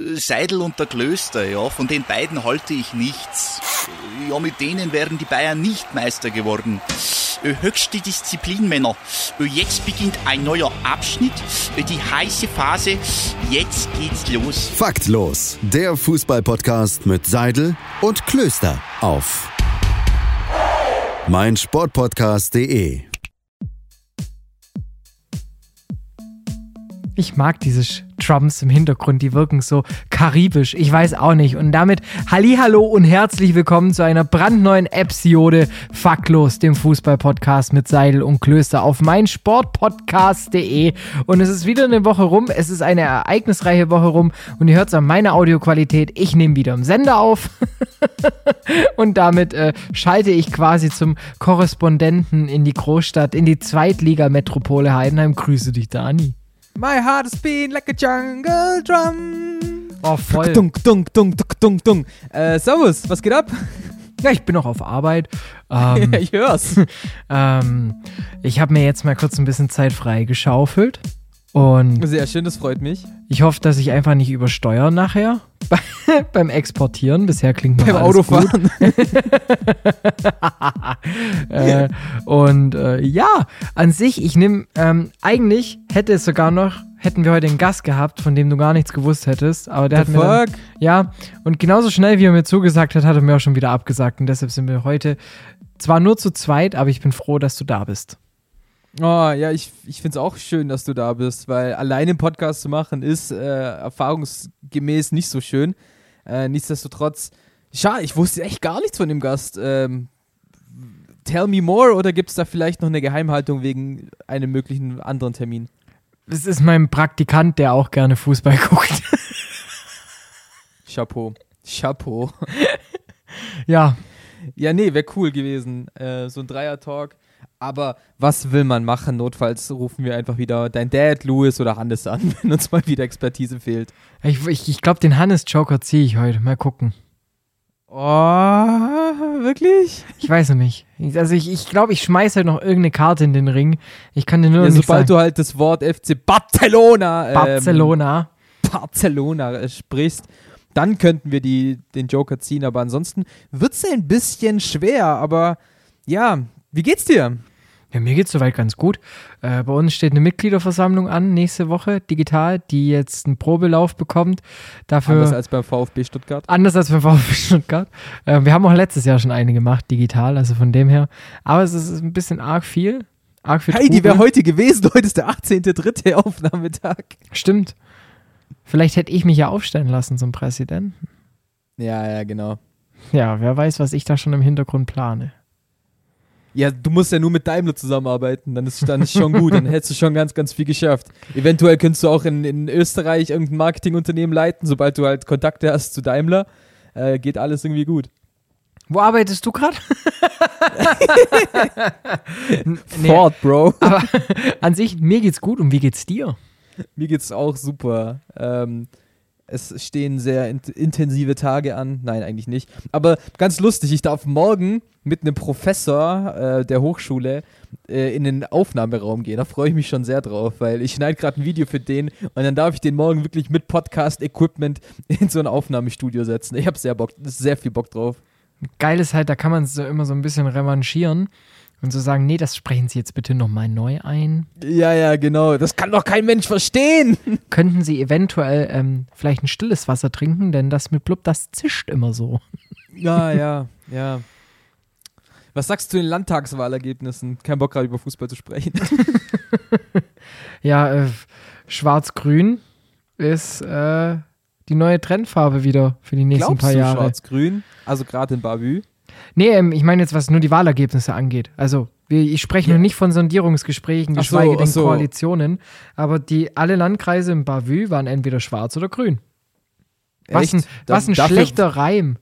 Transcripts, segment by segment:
Seidel und der Klöster, ja, von den beiden halte ich nichts. Ja, mit denen wären die Bayern nicht Meister geworden. Höchste Disziplin, Männer. Jetzt beginnt ein neuer Abschnitt, die heiße Phase. Jetzt geht's los. Faktlos, der Fußball-Podcast mit Seidel und Klöster auf meinsportpodcast.de. Ich mag diese Drums im Hintergrund, die wirken so karibisch, ich weiß auch nicht. Und damit Hallihallo und herzlich willkommen zu einer brandneuen Episode Faktlos, dem Fußball-Podcast mit Seidel und Klöster auf meinsportpodcast.de. Und es ist wieder eine Woche rum, es ist eine ereignisreiche Woche rum und ihr hört es an meiner Audioqualität, ich nehme wieder im Sender auf und damit schalte ich quasi zum Korrespondenten in die Großstadt, in die Zweitliga-Metropole Heidenheim. Grüße dich, Dani. My heart is beating like a jungle drum. Oh, voll. Dunk. Servus, was geht ab? Ja, ich bin noch auf Arbeit. Ich hör's. Ich habe mir jetzt mal kurz ein bisschen Zeit frei geschaufelt. Und Sehr schön, das freut mich. ich hoffe, dass ich einfach nicht übersteuere nachher beim Exportieren. Bisher klingt noch Beim alles Autofahren. gut. Ja, an sich, ich nehme, eigentlich hätten wir heute einen Gast gehabt, von dem du gar nichts gewusst hättest. Aber der hat mir dann, ja, und genauso schnell, wie er mir zugesagt hat, hat er mir auch schon wieder abgesagt. Und deshalb sind wir heute zwar nur zu zweit, aber ich bin froh, dass du da bist. Oh, ja, ich find's auch schön, dass du da bist, weil alleine einen Podcast zu machen ist erfahrungsgemäß nicht so schön. Nichtsdestotrotz, schade, ich wusste echt gar nichts von dem Gast. Tell me more, oder gibt's da vielleicht noch eine Geheimhaltung wegen einem möglichen anderen Termin? Es ist mein Praktikant, der auch gerne Fußball guckt. Chapeau. Ja. Ja, nee, wäre cool gewesen. So ein Dreier-Talk. Aber was will man machen? Notfalls rufen wir einfach wieder dein Dad, Louis oder Hannes an, wenn uns mal wieder Expertise fehlt. Ich glaube, den Hannes-Joker ziehe ich heute. Mal gucken. Oh, wirklich? Ich weiß noch nicht. Also ich glaube, ich schmeiße halt noch irgendeine Karte in den Ring. Ich kann dir nur Ja, nicht sobald sagen. du halt das Wort FC Barcelona sprichst, dann könnten wir den Joker ziehen. Aber ansonsten wird es ein bisschen schwer. Aber ja, wie geht's dir? Ja, mir geht's soweit ganz gut. Bei uns steht eine Mitgliederversammlung an, nächste Woche, digital, die jetzt einen Probelauf bekommt. Dafür Anders als beim VfB Stuttgart. Wir haben auch letztes Jahr schon eine gemacht, digital, also von dem her. Aber es ist ein bisschen arg viel. Hey, die wäre heute gewesen. Heute ist der 18.3. Aufnahmetag. Stimmt. Vielleicht hätte ich mich ja aufstellen lassen zum Präsidenten. Ja, genau. Ja, wer weiß, was ich da schon im Hintergrund plane. Ja, du musst ja nur mit Daimler zusammenarbeiten, dann ist schon gut, dann hättest du schon ganz, ganz viel geschafft. Eventuell könntest du auch in Österreich irgendein Marketingunternehmen leiten, sobald du halt Kontakte hast zu Daimler, geht alles irgendwie gut. Wo arbeitest du gerade? Ford, Bro. Aber an sich, mir geht's gut, und wie geht's dir? Mir geht's auch super. Es stehen sehr intensive Tage an. Nein, eigentlich nicht. Aber ganz lustig, ich darf morgen mit einem Professor der Hochschule in den Aufnahmeraum gehen. Da freue ich mich schon sehr drauf, weil ich schneide gerade ein Video für den und dann darf ich den morgen wirklich mit Podcast-Equipment in so ein Aufnahmestudio setzen. Ich habe sehr viel Bock drauf. Geil ist halt, da kann man so immer so ein bisschen revanchieren und so sagen, nee, das sprechen Sie jetzt bitte nochmal neu ein. Ja, genau. Das kann doch kein Mensch verstehen. Könnten Sie eventuell vielleicht ein stilles Wasser trinken, denn das mit Blub, das zischt immer so. Ja. Was sagst du zu den Landtagswahlergebnissen? Kein Bock gerade über Fußball zu sprechen. Ja, Schwarz-Grün ist die neue Trendfarbe wieder für die nächsten paar Jahre. Schwarz-Grün? Also gerade in Bavü? Nee, ich meine jetzt, was nur die Wahlergebnisse angeht. Also, ich spreche noch nicht von Sondierungsgesprächen, geschweige denn Koalitionen, aber alle Landkreise im Bavü waren entweder schwarz oder grün. Was ein schlechter Reim.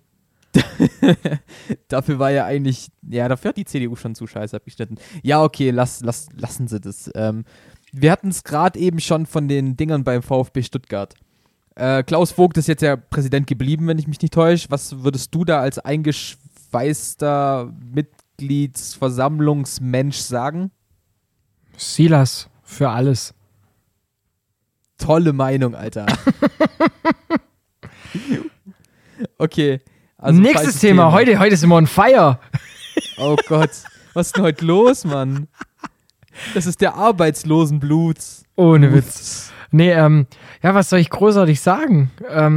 Dafür war ja eigentlich, dafür hat die CDU schon zu scheiße abgeschnitten. Ja, okay, lassen Sie das. Wir hatten es gerade eben schon von den Dingern beim VfB Stuttgart. Klaus Vogt ist jetzt ja Präsident geblieben, wenn ich mich nicht täusche. Was würdest du da als eingeschweißter Mitgliedsversammlungsmensch sagen? Silas für alles. Tolle Meinung, Alter. Okay. Also Nächstes Thema. Heute sind wir on fire. Oh Gott. Was ist denn heute los, Mann? Das ist der Arbeitslosenblut. Ohne Witz. Nee, ja, was soll ich großartig sagen?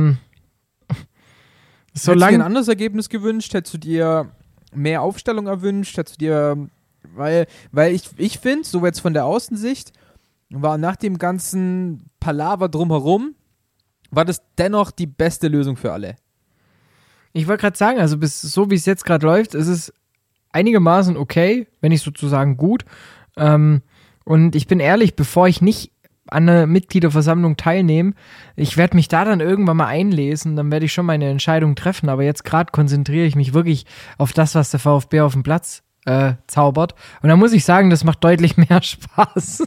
Hättest du dir ein anderes Ergebnis gewünscht? Hättest du dir mehr Aufstellung erwünscht? Hättest du dir, weil ich finde, so jetzt von der Außensicht, war nach dem ganzen Palaver drumherum, war das dennoch die beste Lösung für alle. Ich wollte gerade sagen, also so wie es jetzt gerade läuft, ist es einigermaßen okay, wenn nicht sozusagen gut. Und ich bin ehrlich, bevor ich nicht an einer Mitgliederversammlung teilnehme, ich werde mich da dann irgendwann mal einlesen, dann werde ich schon meine Entscheidung treffen, aber jetzt gerade konzentriere ich mich wirklich auf das, was der VfB auf dem Platz zaubert. Und da muss ich sagen, das macht deutlich mehr Spaß.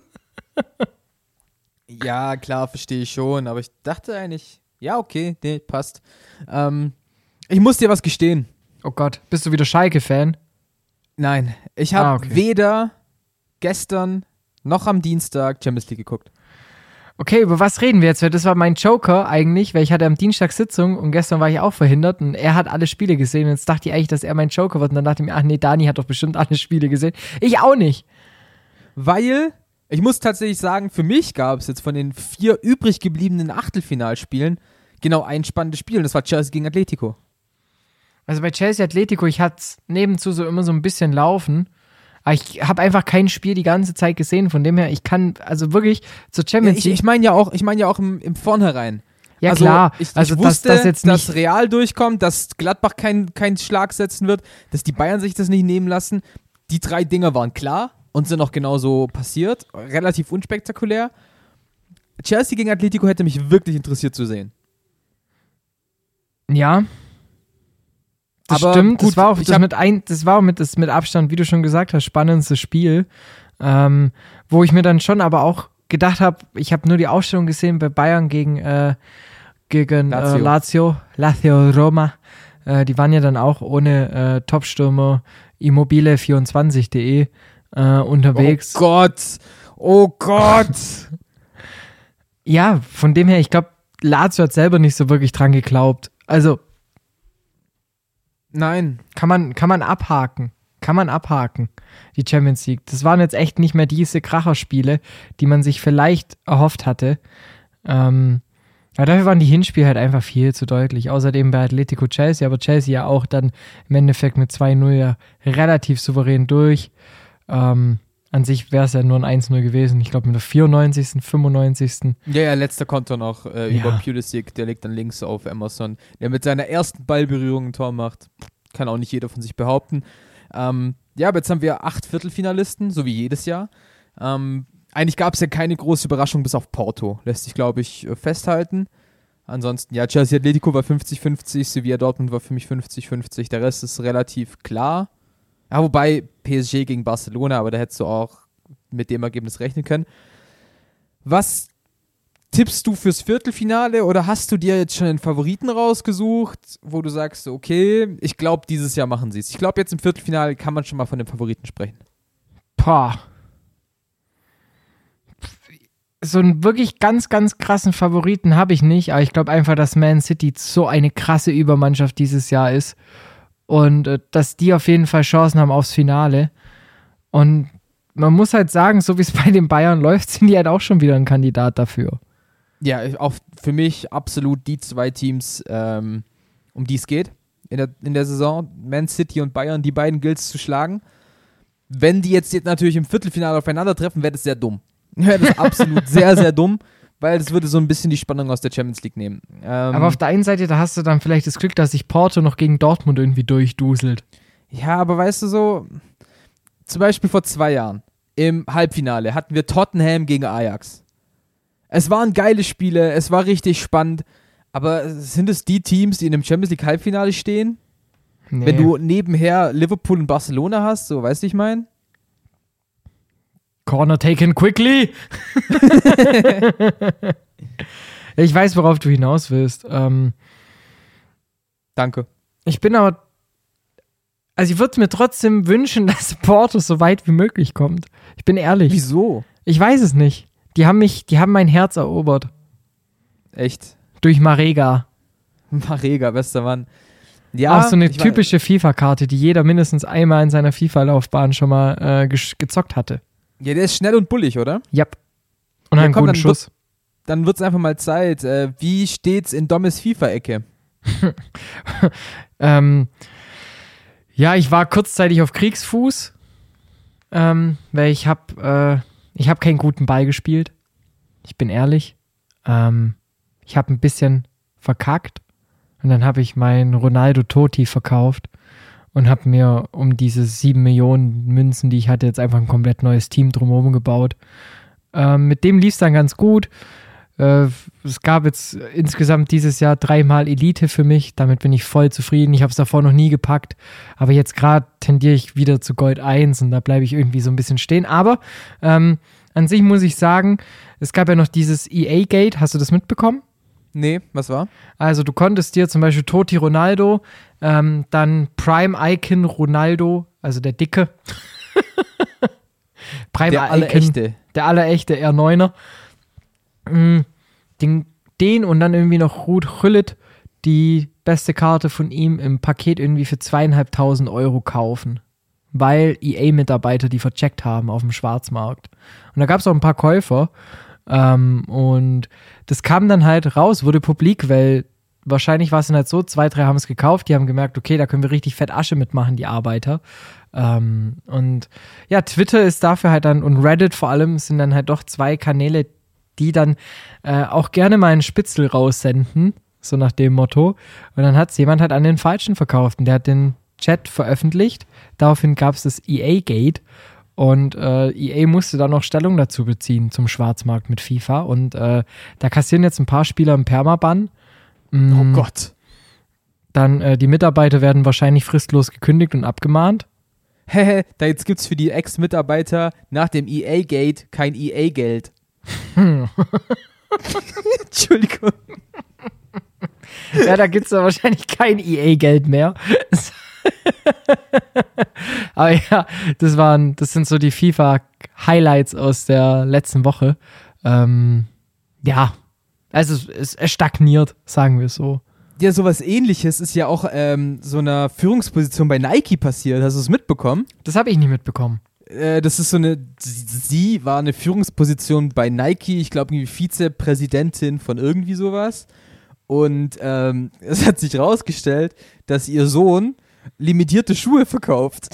Ja, klar, verstehe ich schon, aber ich dachte eigentlich, ja, okay, nee, passt. Ich muss dir was gestehen. Oh Gott, bist du wieder Schalke-Fan? Nein, ich habe weder gestern noch am Dienstag Champions League geguckt. Okay, über was reden wir jetzt? Das war mein Joker eigentlich, weil ich hatte am Dienstag Sitzung und gestern war ich auch verhindert und er hat alle Spiele gesehen und jetzt dachte ich eigentlich, dass er mein Joker wird und dann dachte ich mir, ach nee, Dani hat doch bestimmt alle Spiele gesehen. Ich auch nicht. Weil, ich muss tatsächlich sagen, für mich gab es jetzt von den 4 übrig gebliebenen Achtelfinalspielen genau ein spannendes Spiel und das war Chelsea gegen Atletico. Also bei Chelsea Atletico, ich hatte es nebenzu so immer so ein bisschen laufen, aber ich habe einfach kein Spiel die ganze Zeit gesehen, von dem her, ich kann, also wirklich zur Champions League. Ich meine ja auch im Vornherein. Ja, also, klar. Ich also wusste, dass jetzt nicht dass Real durchkommt, dass Gladbach keinen Schlag setzen wird, dass die Bayern sich das nicht nehmen lassen. Die 3 Dinger waren klar und sind auch genauso passiert. Relativ unspektakulär. Chelsea gegen Atletico hätte mich wirklich interessiert zu sehen. Ja. Das aber stimmt, gut, das war auch mit Abstand, wie du schon gesagt hast, spannendste Spiel, wo ich mir dann schon aber auch gedacht habe, ich habe nur die Aufstellung gesehen bei Bayern gegen Lazio Roma, die waren ja dann auch ohne Topstürmer immobile24.de unterwegs. Oh Gott! Ja, von dem her, ich glaube, Lazio hat selber nicht so wirklich dran geglaubt. Also nein. Kann man abhaken. Die Champions League. Das waren jetzt echt nicht mehr diese Kracherspiele, die man sich vielleicht erhofft hatte. Aber dafür waren die Hinspiele halt einfach viel zu deutlich. Außerdem bei Atletico Chelsea, aber Chelsea ja auch dann im Endeffekt mit 2-0 ja relativ souverän durch. An sich wäre es ja nur ein 1-0 gewesen. Ich glaube mit der 94., 95. Ja, letzter Konter noch über Pulisic. Der legt dann links auf Emerson, der mit seiner ersten Ballberührung ein Tor macht. Kann auch nicht jeder von sich behaupten. Aber jetzt haben wir 8 Viertelfinalisten, so wie jedes Jahr. Eigentlich gab es ja keine große Überraschung, bis auf Porto. Lässt sich, glaube ich, festhalten. Ansonsten, ja, Chelsea Atletico war 50-50, Sevilla Dortmund war für mich 50-50. Der Rest ist relativ klar. Ja, wobei PSG gegen Barcelona, aber da hättest du auch mit dem Ergebnis rechnen können. Was tippst du fürs Viertelfinale oder hast du dir jetzt schon einen Favoriten rausgesucht, wo du sagst, okay, ich glaube, dieses Jahr machen sie es. Ich glaube, jetzt im Viertelfinale kann man schon mal von dem Favoriten sprechen. So einen wirklich ganz, ganz krassen Favoriten habe ich nicht, aber ich glaube einfach, dass Man City so eine krasse Übermannschaft dieses Jahr ist. Und dass die auf jeden Fall Chancen haben aufs Finale. Und man muss halt sagen, so wie es bei den Bayern läuft, sind die halt auch schon wieder ein Kandidat dafür. Ja, auch für mich absolut die 2 Teams, um die es geht in der Saison. Man City und Bayern, die beiden gilt es zu schlagen. Wenn die jetzt natürlich im Viertelfinale aufeinandertreffen, wäre das sehr dumm. Wäre das absolut sehr, sehr dumm. Weil das würde so ein bisschen die Spannung aus der Champions League nehmen. Aber auf der einen Seite, da hast du dann vielleicht das Glück, dass sich Porto noch gegen Dortmund irgendwie durchduselt. Ja, aber weißt du so, zum Beispiel vor 2 Jahren im Halbfinale hatten wir Tottenham gegen Ajax. Es waren geile Spiele, es war richtig spannend, aber sind es die Teams, die in dem Champions League Halbfinale stehen? Nee. Wenn du nebenher Liverpool und Barcelona hast, so, weißt du, ich meine? Corner taken quickly. Ich weiß, worauf du hinaus willst. Danke. Ich bin aber, also ich würde mir trotzdem wünschen, dass Porto so weit wie möglich kommt. Ich bin ehrlich. Wieso? Ich weiß es nicht. Die haben mein Herz erobert. Echt? Durch Marega. Marega, bester Mann. Ja, auch so eine ich typische FIFA-Karte, die jeder mindestens einmal in seiner FIFA-Laufbahn schon mal gezockt hatte. Ja, der ist schnell und bullig, oder? Yep. Und hat einen guten Schuss. Dann wird's einfach mal Zeit. Wie steht's in Dommes FIFA-Ecke? Ja, ich war kurzzeitig auf Kriegsfuß, weil ich habe keinen guten Ball gespielt. Ich bin ehrlich. Ich habe ein bisschen verkackt und dann habe ich meinen Ronaldo Totti verkauft und habe mir um diese 7 Millionen Münzen, die ich hatte, jetzt einfach ein komplett neues Team drumherum gebaut. Mit dem lief es dann ganz gut. Es gab jetzt insgesamt dieses Jahr 3-mal Elite für mich. Damit bin ich voll zufrieden. Ich habe es davor noch nie gepackt. Aber jetzt gerade tendiere ich wieder zu Gold 1 und da bleibe ich irgendwie so ein bisschen stehen. Aber an sich muss ich sagen, es gab ja noch dieses EA-Gate. Hast du das mitbekommen? Nee, was war? Also du konntest dir zum Beispiel Totti Ronaldo, dann Prime Icon Ronaldo, also der Dicke. Prime Der allerechte. Der allerechte R9er. Den und dann irgendwie noch Ruud Gullit, die beste Karte von ihm im Paket irgendwie für 2.500 Euro kaufen, weil EA-Mitarbeiter die vercheckt haben auf dem Schwarzmarkt. Und da gab es auch ein paar Käufer und das kam dann halt raus, wurde publik, weil wahrscheinlich war es dann halt so, 2, 3 haben es gekauft, die haben gemerkt, okay, da können wir richtig fett Asche mitmachen, die Arbeiter. Und ja, Twitter ist dafür halt dann und Reddit vor allem sind dann halt doch 2 Kanäle, die dann auch gerne mal einen Spitzel raussenden, so nach dem Motto. Und dann hat es jemand halt an den Falschen verkauft und der hat den Chat veröffentlicht. Daraufhin gab es das EA-Gate und EA musste dann noch Stellung dazu beziehen zum Schwarzmarkt mit FIFA und da kassieren jetzt ein paar Spieler einen Permaban. Oh Gott. Dann die Mitarbeiter werden wahrscheinlich fristlos gekündigt und abgemahnt. Da jetzt gibt's für die Ex-Mitarbeiter nach dem EA-Gate kein EA-Geld. Entschuldigung. Ja, da gibt es ja wahrscheinlich kein EA-Geld mehr. Aber ja, das sind so die FIFA-Highlights aus der letzten Woche. Ja, also es stagniert, sagen wir es so. Ja, sowas Ähnliches ist ja auch so einer Führungsposition bei Nike passiert. Hast du es mitbekommen? Das habe ich nicht mitbekommen. Das ist sie war eine Führungsposition bei Nike, ich glaube irgendwie Vizepräsidentin von irgendwie sowas. Und es hat sich rausgestellt, dass ihr Sohn limitierte Schuhe verkauft.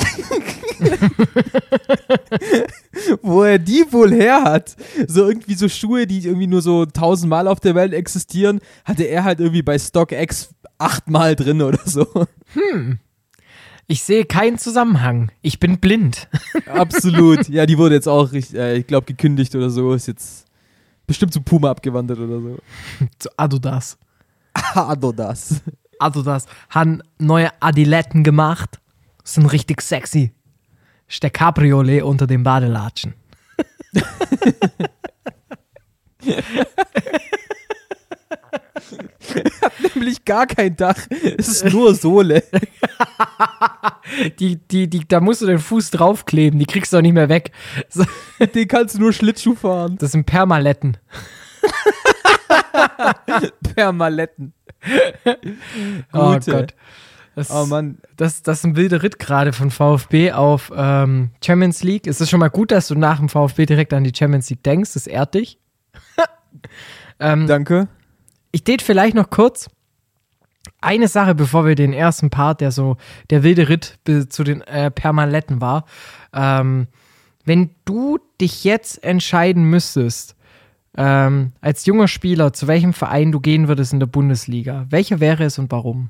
Wo er die wohl her hat. So irgendwie so Schuhe, die irgendwie nur so 1000 Mal auf der Welt existieren, hatte er halt irgendwie bei StockX 8-mal drin oder so. Ich sehe keinen Zusammenhang. Ich bin blind. Absolut. Ja, die wurde jetzt auch, ich glaube, gekündigt oder so. Ist jetzt bestimmt zu Puma abgewandert oder so. Zu Adidas. Adidas. Adidas haben neue Adiletten gemacht. Sind richtig sexy. Ist der Cabriolet unter den Badelatschen. Hat nämlich gar kein Dach. Es ist nur Sohle. Da musst du den Fuß draufkleben. Die kriegst du auch nicht mehr weg. So. Mit denen kannst du nur Schlittschuh fahren. Das sind Permaletten. Permaletten. Oh Gott. Oh Mann. Das ist ein wilder Ritt gerade von VfB auf Champions League. Es ist schon mal gut, dass du nach dem VfB direkt an die Champions League denkst. Das ehrt dich. Danke. Ich tät vielleicht noch kurz eine Sache, bevor wir den ersten Part, der wilde Ritt zu den Permaletten war. Wenn du dich jetzt entscheiden müsstest, als junger Spieler, zu welchem Verein du gehen würdest in der Bundesliga, welcher wäre es und warum?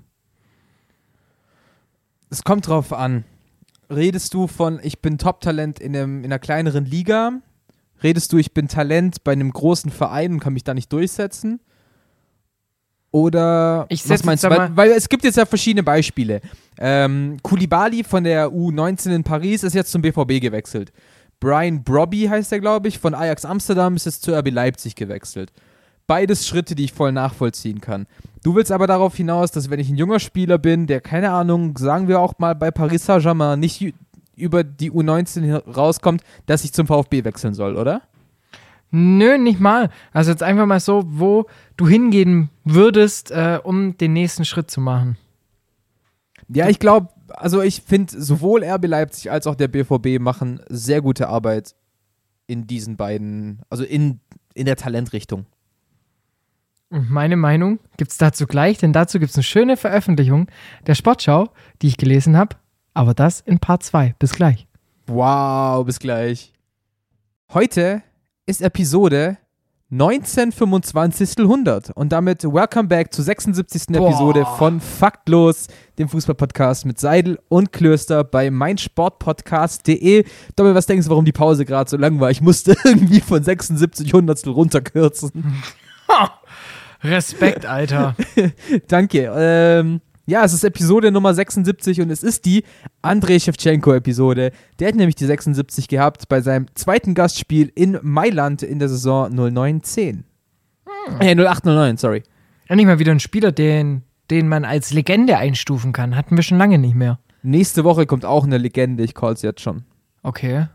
Es kommt drauf an. Redest du von, ich bin Top-Talent in einer kleineren Liga? Redest du, ich bin Talent bei einem großen Verein und kann mich da nicht durchsetzen? Oder was meinst du? Weil es gibt jetzt ja verschiedene Beispiele. Koulibaly von der U19 in Paris ist jetzt zum BVB gewechselt. Brian Brobby heißt er, glaube ich, von Ajax Amsterdam ist jetzt zu RB Leipzig gewechselt. Beides Schritte, die ich voll nachvollziehen kann. Du willst aber darauf hinaus, dass wenn ich ein junger Spieler bin, der, keine Ahnung, sagen wir auch mal bei Paris Saint-Germain nicht über die U19 rauskommt, dass ich zum VfB wechseln soll, oder? Nö, nicht mal. Also jetzt einfach mal so, wo du hingehen würdest, um den nächsten Schritt zu machen. Ja, ich glaube, also ich finde, sowohl RB Leipzig als auch der BVB machen sehr gute Arbeit in diesen beiden, also in der Talentrichtung. Und meine Meinung gibt es dazu gleich, denn dazu gibt es eine schöne Veröffentlichung der Sportschau, die ich gelesen habe. Aber das in Part 2. Bis gleich. Wow, bis gleich. Heute ist Episode 1925. Und damit welcome back zur 76. Episode von Faktlos, dem Fußballpodcast mit Seidel und Klöster bei meinsportpodcast.de. Doppel, was denkst du, warum die Pause gerade so lang war? Ich musste irgendwie von 76 Hundertstel runterkürzen. Respekt, Alter. Danke. Ja, es ist Episode Nummer 76 und es ist die Andrei Shevchenko-Episode. Der hat nämlich die 76 gehabt bei seinem zweiten Gastspiel in Mailand in der Saison 09-10. 08-09, sorry. Endlich mal wieder ein Spieler, den man als Legende einstufen kann. Hatten wir schon lange nicht mehr. Nächste Woche kommt auch eine Legende, ich call's jetzt schon. Okay.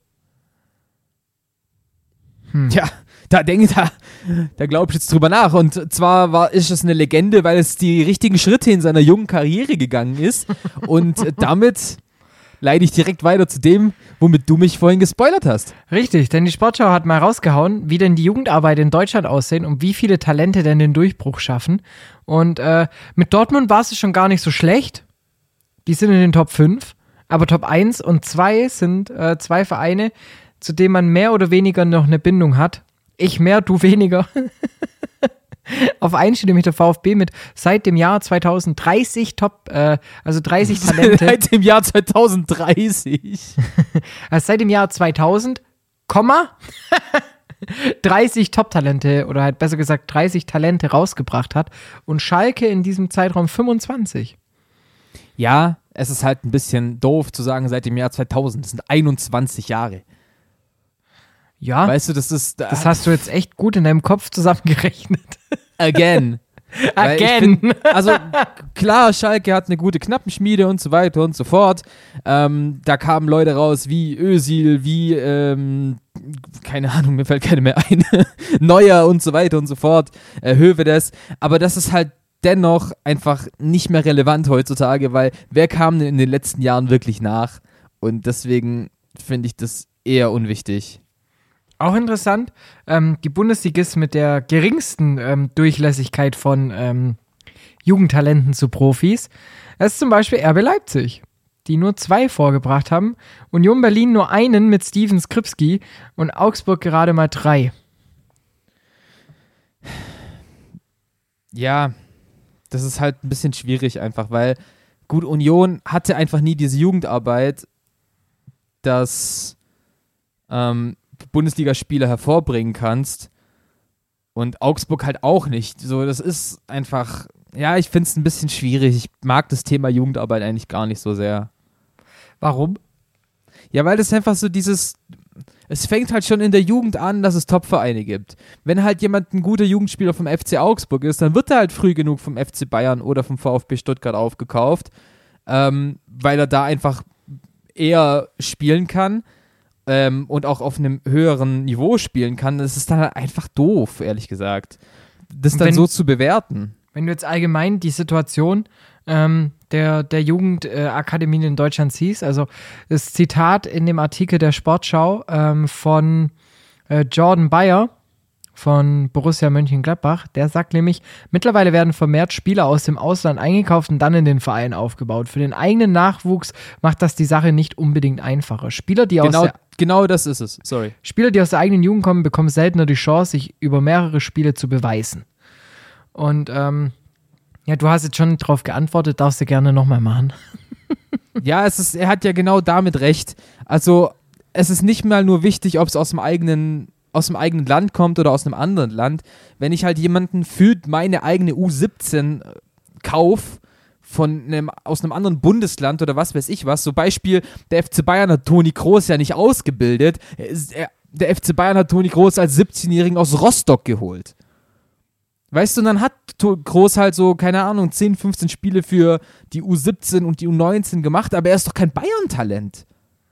Ja, da glaub ich jetzt drüber nach. Und zwar ist es eine Legende, weil es die richtigen Schritte in seiner jungen Karriere gegangen ist. Und damit leite ich direkt weiter zu dem, womit du mich vorhin gespoilert hast. Richtig, denn die Sportschau hat mal rausgehauen, wie denn die Jugendarbeit in Deutschland aussehen und wie viele Talente denn den Durchbruch schaffen. Und mit Dortmund war es schon gar nicht so schlecht. Die sind in den Top 5. Aber Top 1 und 2 sind zwei Vereine, zu denen man mehr oder weniger noch eine Bindung hat. Ich mehr, du weniger. Auf 1 steht nämlich der VfB mit seit dem Jahr 2030 also 30 Talente. Seit dem Jahr 2030. Also seit dem Jahr 2000, 30 Top-Talente oder halt besser gesagt 30 Talente rausgebracht hat und Schalke in diesem Zeitraum 25. Ja, es ist halt ein bisschen doof zu sagen seit dem Jahr 2000. Das sind 21 Jahre. Ja, weißt du, das hast du jetzt echt gut in deinem Kopf zusammengerechnet. Again. Again. Also klar, Schalke hat eine gute Knappenschmiede und so weiter und so fort. Da kamen Leute raus wie Özil, wie, keine Ahnung, mir fällt keine mehr ein, Neuer und so weiter und so fort, Hövedes. Aber das ist halt dennoch einfach nicht mehr relevant heutzutage, weil wer kam denn in den letzten Jahren wirklich nach? Und deswegen finde ich das eher unwichtig. Auch interessant, die Bundesligisten mit der geringsten Durchlässigkeit von Jugendtalenten zu Profis. Das ist zum Beispiel RB Leipzig, die nur 2 vorgebracht haben. Union Berlin nur einen mit Steven Skripski und Augsburg gerade mal 3. Ja, das ist halt ein bisschen schwierig einfach, weil gut, Union hatte einfach nie diese Jugendarbeit, dass Bundesligaspieler hervorbringen kannst und Augsburg halt auch nicht. So, das ist einfach, ja, ich finde es ein bisschen schwierig. Ich mag das Thema Jugendarbeit eigentlich gar nicht so sehr. Warum? Ja, weil das einfach so es fängt halt schon in der Jugend an, dass es Top-Vereine gibt. Wenn halt jemand ein guter Jugendspieler vom FC Augsburg ist, dann wird er halt früh genug vom FC Bayern oder vom VfB Stuttgart aufgekauft, weil er da einfach eher spielen kann. Und auch auf einem höheren Niveau spielen kann, das ist dann halt einfach doof, ehrlich gesagt. Das dann so zu bewerten. Wenn du jetzt allgemein die Situation der Jugendakademien in Deutschland siehst, also das Zitat in dem Artikel der Sportschau von Jordan Bayer von Borussia Mönchengladbach, der sagt nämlich, mittlerweile werden vermehrt Spieler aus dem Ausland eingekauft und dann in den Verein aufgebaut. Für den eigenen Nachwuchs macht das die Sache nicht unbedingt einfacher. Genau das ist es, sorry. Spieler, die aus der eigenen Jugend kommen, bekommen seltener die Chance, sich über mehrere Spiele zu beweisen. Und ja, du hast jetzt schon drauf geantwortet, darfst du gerne nochmal machen. Ja, er hat ja genau damit recht. Also es ist nicht mal nur wichtig, ob es aus dem eigenen Land kommt oder aus einem anderen Land. Wenn ich halt jemanden für meine eigene U17 kaufe, aus einem anderen Bundesland oder was weiß ich was, so Beispiel, der FC Bayern hat Toni Kroos ja nicht ausgebildet, der FC Bayern hat Toni Kroos als 17-Jährigen aus Rostock geholt. Weißt du, und dann hat Kroos halt so, keine Ahnung, 10, 15 Spiele für die U17 und die U19 gemacht, aber er ist doch kein Bayern-Talent.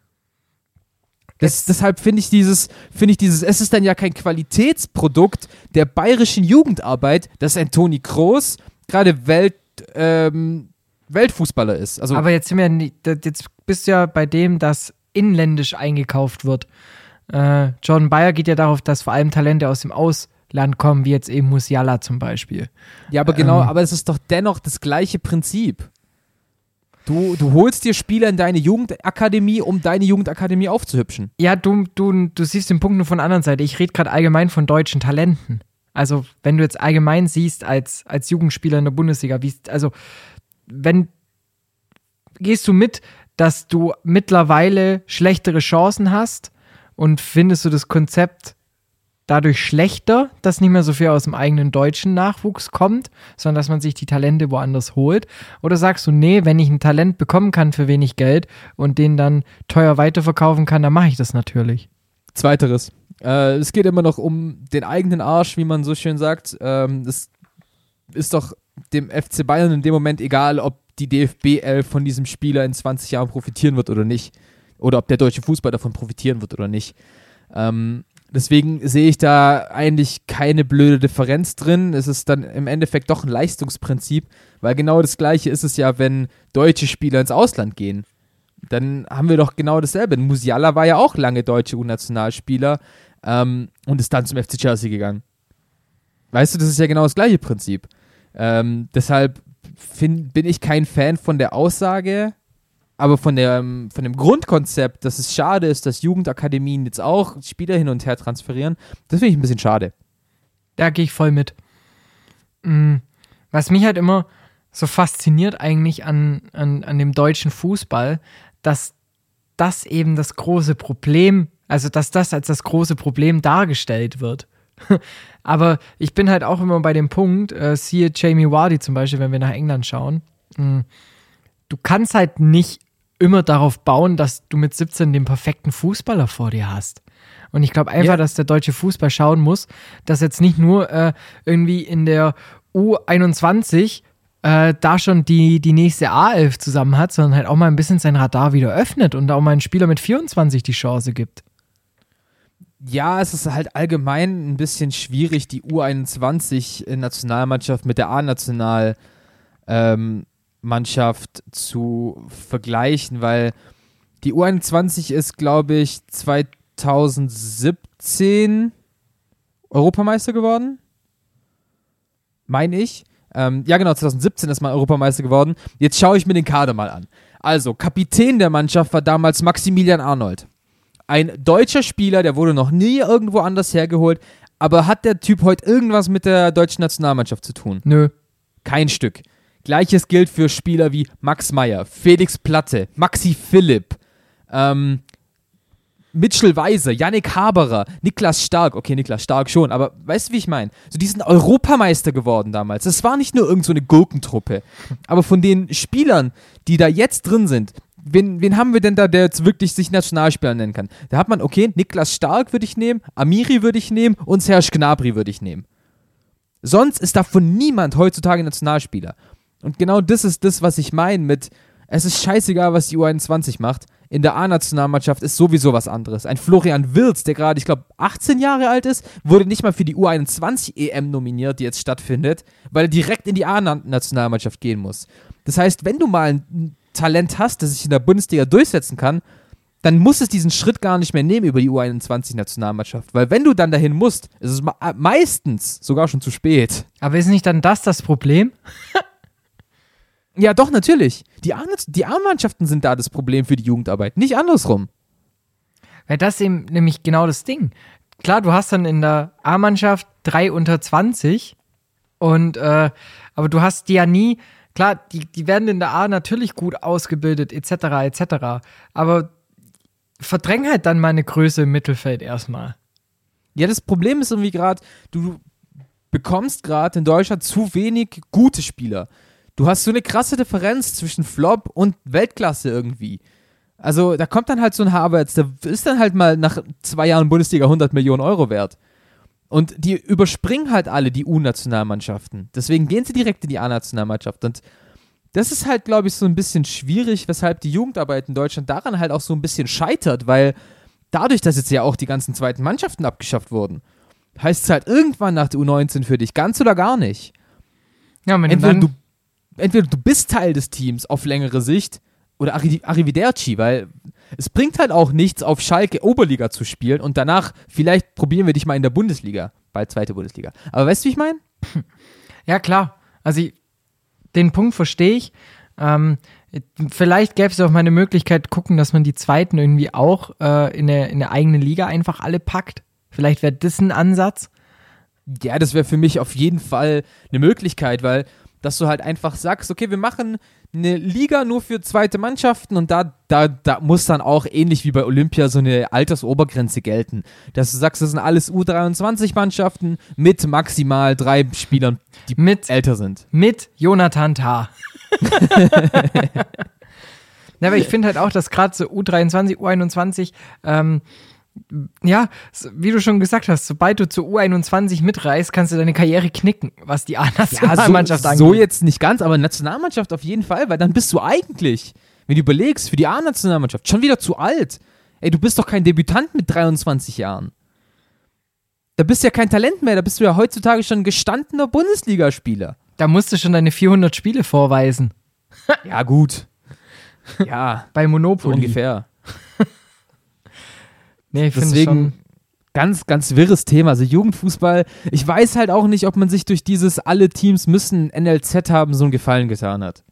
Deshalb finde ich dieses, es ist dann ja kein Qualitätsprodukt der bayerischen Jugendarbeit, dass ein Toni Kroos gerade Weltfußballer ist. Also, aber jetzt jetzt bist du ja bei dem, dass inländisch eingekauft wird. Jordan Bayer geht ja darauf, dass vor allem Talente aus dem Ausland kommen, wie jetzt eben Musiala zum Beispiel. ja, aber genau, aber es ist doch dennoch das gleiche Prinzip. Du holst dir Spieler in deine Jugendakademie, um deine Jugendakademie aufzuhübschen. Ja, du siehst den Punkt nur von der anderen Seite. Ich rede gerade allgemein von deutschen Talenten. Also, wenn du jetzt allgemein siehst, als Jugendspieler in der Bundesliga, gehst du mit, dass du mittlerweile schlechtere Chancen hast und findest du das Konzept dadurch schlechter, dass nicht mehr so viel aus dem eigenen deutschen Nachwuchs kommt, sondern dass man sich die Talente woanders holt? Oder sagst du, nee, wenn ich ein Talent bekommen kann für wenig Geld und den dann teuer weiterverkaufen kann, dann mache ich das natürlich? Zweiteres. Es geht immer noch um den eigenen Arsch, wie man so schön sagt. Es ist doch dem FC Bayern in dem Moment egal, ob die DFB-11 von diesem Spieler in 20 Jahren profitieren wird oder nicht. Oder ob der deutsche Fußball davon profitieren wird oder nicht. Deswegen sehe ich da eigentlich keine blöde Differenz drin. Es ist dann im Endeffekt doch ein Leistungsprinzip, weil genau das Gleiche ist es ja, wenn deutsche Spieler ins Ausland gehen. Dann haben wir doch genau dasselbe. Musiala war ja auch lange deutsche U-Nationalspieler und ist dann zum FC Chelsea gegangen. Weißt du, das ist ja genau das gleiche Prinzip. Deshalb bin ich kein Fan von der Aussage, aber von dem Grundkonzept, dass es schade ist, dass Jugendakademien jetzt auch Spieler hin und her transferieren, das finde ich ein bisschen schade. Da gehe ich voll mit. Was mich halt immer so fasziniert eigentlich an dem deutschen Fußball, dass das eben das große Problem, also dass das als das große Problem dargestellt wird. Aber ich bin halt auch immer bei dem Punkt, siehe Jamie Vardy zum Beispiel, wenn wir nach England schauen, du kannst halt nicht immer darauf bauen, dass du mit 17 den perfekten Fußballer vor dir hast. Und ich glaube einfach, dass der deutsche Fußball schauen muss, dass jetzt nicht nur irgendwie in der U21 da schon die nächste A11 zusammen hat, sondern halt auch mal ein bisschen sein Radar wieder öffnet und auch mal einen Spieler mit 24 die Chance gibt. Ja, es ist halt allgemein ein bisschen schwierig, die U21-Nationalmannschaft mit der A-National-Mannschaft zu vergleichen, weil die U21 ist, glaube ich, 2017 Europameister geworden. Meine ich. Ja, genau, 2017 ist mal Europameister geworden. Jetzt schaue ich mir den Kader mal an. Also, Kapitän der Mannschaft war damals Maximilian Arnold. Ein deutscher Spieler, der wurde noch nie irgendwo anders hergeholt, aber hat der Typ heute irgendwas mit der deutschen Nationalmannschaft zu tun? Nö. Kein Stück. Gleiches gilt für Spieler wie Max Meyer, Felix Platte, Maxi Philipp, Mitchell Weiser, Yannick Haberer, Niklas Stark. Okay, Niklas Stark schon, aber weißt du, wie ich meine? So, die sind Europameister geworden damals. Das war nicht nur irgend so eine Gurkentruppe. Aber von den Spielern, die da jetzt drin sind, wen haben wir denn da, der jetzt wirklich sich Nationalspieler nennen kann? Da hat man, okay, Niklas Stark würde ich nehmen, Amiri würde ich nehmen und Serge Gnabry würde ich nehmen. Sonst ist davon niemand heutzutage Nationalspieler. Und genau das ist das, was ich meine mit, es ist scheißegal, was die U21 macht. In der A-Nationalmannschaft ist sowieso was anderes. Ein Florian Wirtz, der gerade, ich glaube, 18 Jahre alt ist, wurde nicht mal für die U21-EM nominiert, die jetzt stattfindet, weil er direkt in die A-Nationalmannschaft gehen muss. Das heißt, wenn du mal ein Talent hast, das sich in der Bundesliga durchsetzen kann, dann muss es diesen Schritt gar nicht mehr nehmen über die U21-Nationalmannschaft. Weil wenn du dann dahin musst, ist es meistens sogar schon zu spät. Aber ist nicht dann das Problem? Ja, doch, natürlich. Die A-Mannschaften sind da das Problem für die Jugendarbeit, nicht andersrum. Weil das eben nämlich genau das Ding. Klar, du hast dann in der A-Mannschaft 3 unter 20 und aber du hast die ja nie, klar, die werden in der A natürlich gut ausgebildet, etc., aber verdräng halt dann mal eine Größe im Mittelfeld erstmal. Ja, das Problem ist irgendwie gerade, du bekommst gerade in Deutschland zu wenig gute Spieler. Du hast so eine krasse Differenz zwischen Flop und Weltklasse irgendwie. Also da kommt dann halt so ein Havertz, der ist dann halt mal nach 2 Jahren Bundesliga 100 Millionen Euro wert. Und die überspringen halt alle die U-Nationalmannschaften. Deswegen gehen sie direkt in die A-Nationalmannschaft. Und das ist halt, glaube ich, so ein bisschen schwierig, weshalb die Jugendarbeit in Deutschland daran halt auch so ein bisschen scheitert, weil dadurch, dass jetzt ja auch die ganzen zweiten Mannschaften abgeschafft wurden, heißt es halt irgendwann nach der U19 für dich ganz oder gar nicht. Ja, wenn entweder entweder du bist Teil des Teams auf längere Sicht oder Arrivederci, weil es bringt halt auch nichts, auf Schalke Oberliga zu spielen und danach vielleicht probieren wir dich mal in der Bundesliga, bald zweite Bundesliga. Aber weißt du, wie ich meine? Ja, klar. Also den Punkt verstehe ich. Vielleicht gäbe es auch mal eine Möglichkeit, gucken, dass man die Zweiten irgendwie auch in der eigenen Liga einfach alle packt. Vielleicht wäre das ein Ansatz. Ja, das wäre für mich auf jeden Fall eine Möglichkeit, weil dass du halt einfach sagst, okay, wir machen eine Liga nur für zweite Mannschaften und da muss dann auch ähnlich wie bei Olympia so eine Altersobergrenze gelten. Dass du sagst, das sind alles U23-Mannschaften mit maximal 3 Spielern, die älter sind. Mit Jonathan Tah. Ja, aber ich finde halt auch, dass gerade so U23, U21, ja, wie du schon gesagt hast, sobald du zur U21 mitreist, kannst du deine Karriere knicken, was die A-Nationalmannschaft angeht. So jetzt nicht ganz, aber Nationalmannschaft auf jeden Fall, weil dann bist du eigentlich, wenn du überlegst, für die A-Nationalmannschaft schon wieder zu alt. Ey, du bist doch kein Debütant mit 23 Jahren. Da bist du ja kein Talent mehr, da bist du ja heutzutage schon ein gestandener Bundesligaspieler. Da musst du schon deine 400 Spiele vorweisen. Ja, gut. Ja, bei Monopoly. So ungefähr. Nee, ich finde schon ganz, ganz wirres Thema. Also Jugendfußball, ich weiß halt auch nicht, ob man sich durch dieses alle Teams müssen NLZ haben, so einen Gefallen getan hat.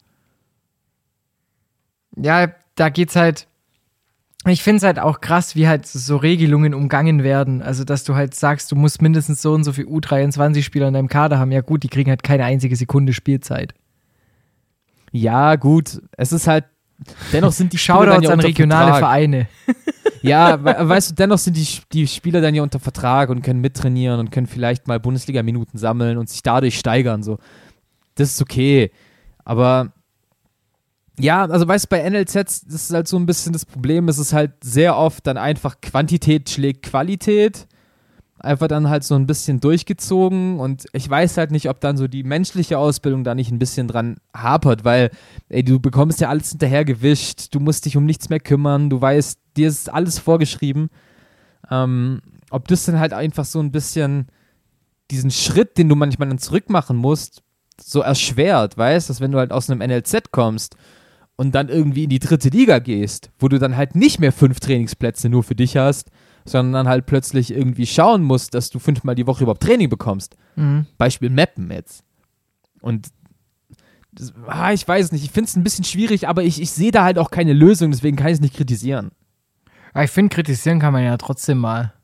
Ja, da geht's halt, ich finde es halt auch krass, wie halt so Regelungen umgangen werden. Also, dass du halt sagst, du musst mindestens so und so viel U23-Spieler in deinem Kader haben. Ja gut, die kriegen halt keine einzige Sekunde Spielzeit. Ja gut, es ist halt, dennoch sind die Spieler dann ja an regionale Vertrag. Vereine. Ja, weißt du, dennoch sind die Spieler dann ja unter Vertrag und können mittrainieren und können vielleicht mal Bundesliga-Minuten sammeln und sich dadurch steigern. So. Das ist okay. Aber ja, also weißt du, bei NLZ, das ist halt so ein bisschen das Problem, es ist halt sehr oft dann einfach Quantität schlägt Qualität. Einfach dann halt so ein bisschen durchgezogen und ich weiß halt nicht, ob dann so die menschliche Ausbildung da nicht ein bisschen dran hapert, weil ey, du bekommst ja alles hinterhergewischt, du musst dich um nichts mehr kümmern, du weißt, dir ist alles vorgeschrieben. Ob das dann halt einfach so ein bisschen diesen Schritt, den du manchmal dann zurück machen musst, so erschwert, weißt, dass wenn du halt aus einem NLZ kommst und dann irgendwie in die 3. Liga gehst, wo du dann halt nicht mehr 5 Trainingsplätze nur für dich hast, sondern dann halt plötzlich irgendwie schauen musst, dass du 5-mal die Woche überhaupt Training bekommst. Mhm. Beispiel Mappen jetzt. Und das, ich weiß nicht, ich finde es ein bisschen schwierig, aber ich sehe da halt auch keine Lösung, deswegen kann ich es nicht kritisieren. Aber ich finde, kritisieren kann man ja trotzdem mal.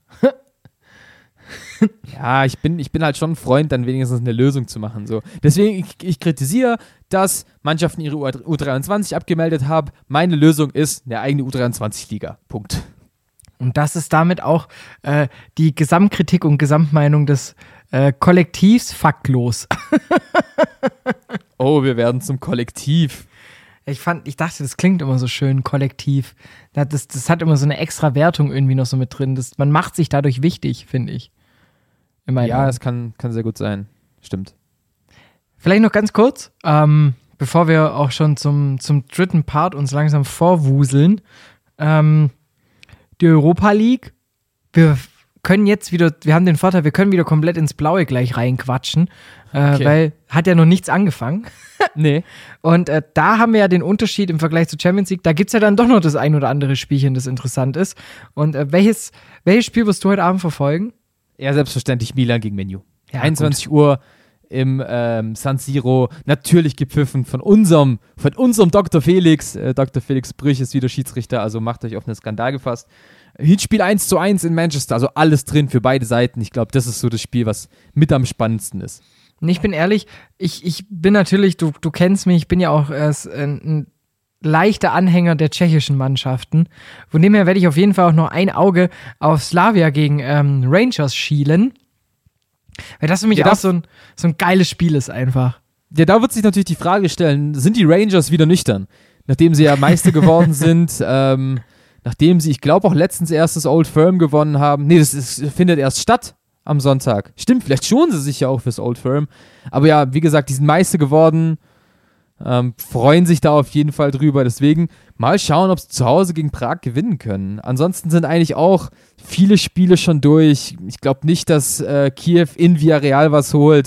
Ja, ich bin halt schon ein Freund, dann wenigstens eine Lösung zu machen. So. Deswegen, ich kritisiere, dass Mannschaften ihre U23 abgemeldet haben. Meine Lösung ist eine eigene U23-Liga. Punkt. Und das ist damit auch die Gesamtkritik und Gesamtmeinung des Kollektivs faktlos. Oh, wir werden zum Kollektiv. Ich dachte, das klingt immer so schön, Kollektiv. Das hat immer so eine extra Wertung irgendwie noch so mit drin. Man macht sich dadurch wichtig, finde ich. Ja, es kann sehr gut sein. Stimmt. Vielleicht noch ganz kurz, bevor wir auch schon zum dritten Part uns langsam vorwuseln. Die Europa League, wir können jetzt wieder, wir haben den Vorteil, wir können wieder komplett ins Blaue gleich reinquatschen, okay. Weil hat ja noch nichts angefangen. Nee. Und da haben wir ja den Unterschied im Vergleich zur Champions League, da gibt es ja dann doch noch das ein oder andere Spielchen, das interessant ist. Und welches Spiel wirst du heute Abend verfolgen? Ja, selbstverständlich Milan gegen Man U. Ja, 21 Uhr im San Siro, natürlich gepfiffen von unserem Dr. Felix. Dr. Felix Brüch ist wieder Schiedsrichter, also macht euch auf einen Skandal gefasst. Hinspiel 1:1 in Manchester, also alles drin für beide Seiten. Ich glaube, das ist so das Spiel, was mit am spannendsten ist. Und ich bin ehrlich, ich bin natürlich, du kennst mich, ich bin ja auch ein leichter Anhänger der tschechischen Mannschaften. Von dem her werde ich auf jeden Fall auch noch ein Auge auf Slavia gegen Rangers schielen. Weil das für mich auch so ein geiles Spiel ist einfach. Ja, da wird sich natürlich die Frage stellen, sind die Rangers wieder nüchtern? Nachdem sie ja Meister geworden sind, nachdem sie, ich glaube auch letztens erst das Old Firm gewonnen haben. Nee, das findet erst statt am Sonntag. Stimmt, vielleicht schonen sie sich ja auch fürs Old Firm. Aber ja, wie gesagt, die sind Meister geworden, freuen sich da auf jeden Fall drüber. Deswegen mal schauen, ob sie zu Hause gegen Prag gewinnen können. Ansonsten sind eigentlich auch viele Spiele schon durch. Ich glaube nicht, dass Kiew in Villarreal was holt.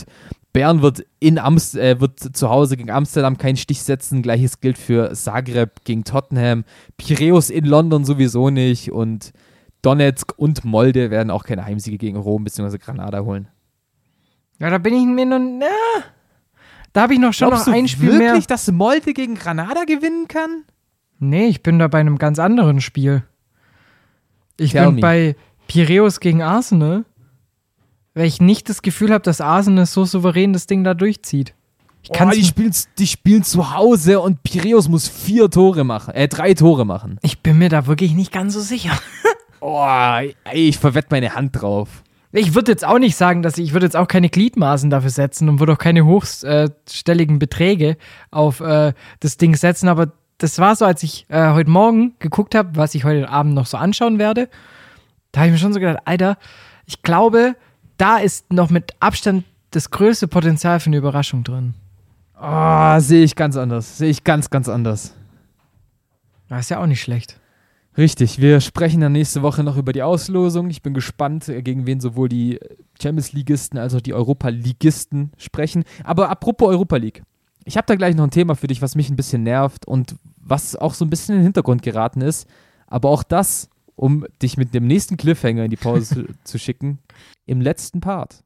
Bern wird wird zu Hause gegen Amsterdam keinen Stich setzen. Gleiches gilt für Zagreb gegen Tottenham. Piräus in London sowieso nicht. Und Donetsk und Molde werden auch keine Heimsiege gegen Rom bzw. Granada holen. Ja, da bin ich mir noch... Da habe ich noch Glaubst noch ein du Spiel wirklich, mehr. dass Molde gegen Granada gewinnen kann? Nee, ich bin da bei einem ganz anderen Spiel. Ich Tell bin me. bei Piräus gegen Arsenal, weil ich nicht das Gefühl habe, dass Arsenal so souverän das Ding da durchzieht. Die spielen zu Hause und Piräus muss 3 Tore machen. Ich bin mir da wirklich nicht ganz so sicher. Ich verwette meine Hand drauf. Ich würde jetzt auch nicht sagen, ich würde jetzt auch keine Gliedmaßen dafür setzen und würde auch keine hochstelligen Beträge auf das Ding setzen, aber das war so, als ich heute Morgen geguckt habe, was ich heute Abend noch so anschauen werde, da habe ich mir schon so gedacht, Alter, ich glaube, da ist noch mit Abstand das größte Potenzial für eine Überraschung drin. Sehe ich ganz anders. Sehe ich ganz, ganz anders. Das ist ja auch nicht schlecht. Richtig, wir sprechen dann nächste Woche noch über die Auslosung. Ich bin gespannt, gegen wen sowohl die Champions-Ligisten als auch die Europa-Ligisten sprechen. Aber apropos Europa League. Ich habe da gleich noch ein Thema für dich, was mich ein bisschen nervt und was auch so ein bisschen in den Hintergrund geraten ist. Aber auch das, um dich mit dem nächsten Cliffhanger in die Pause zu schicken, im letzten Part.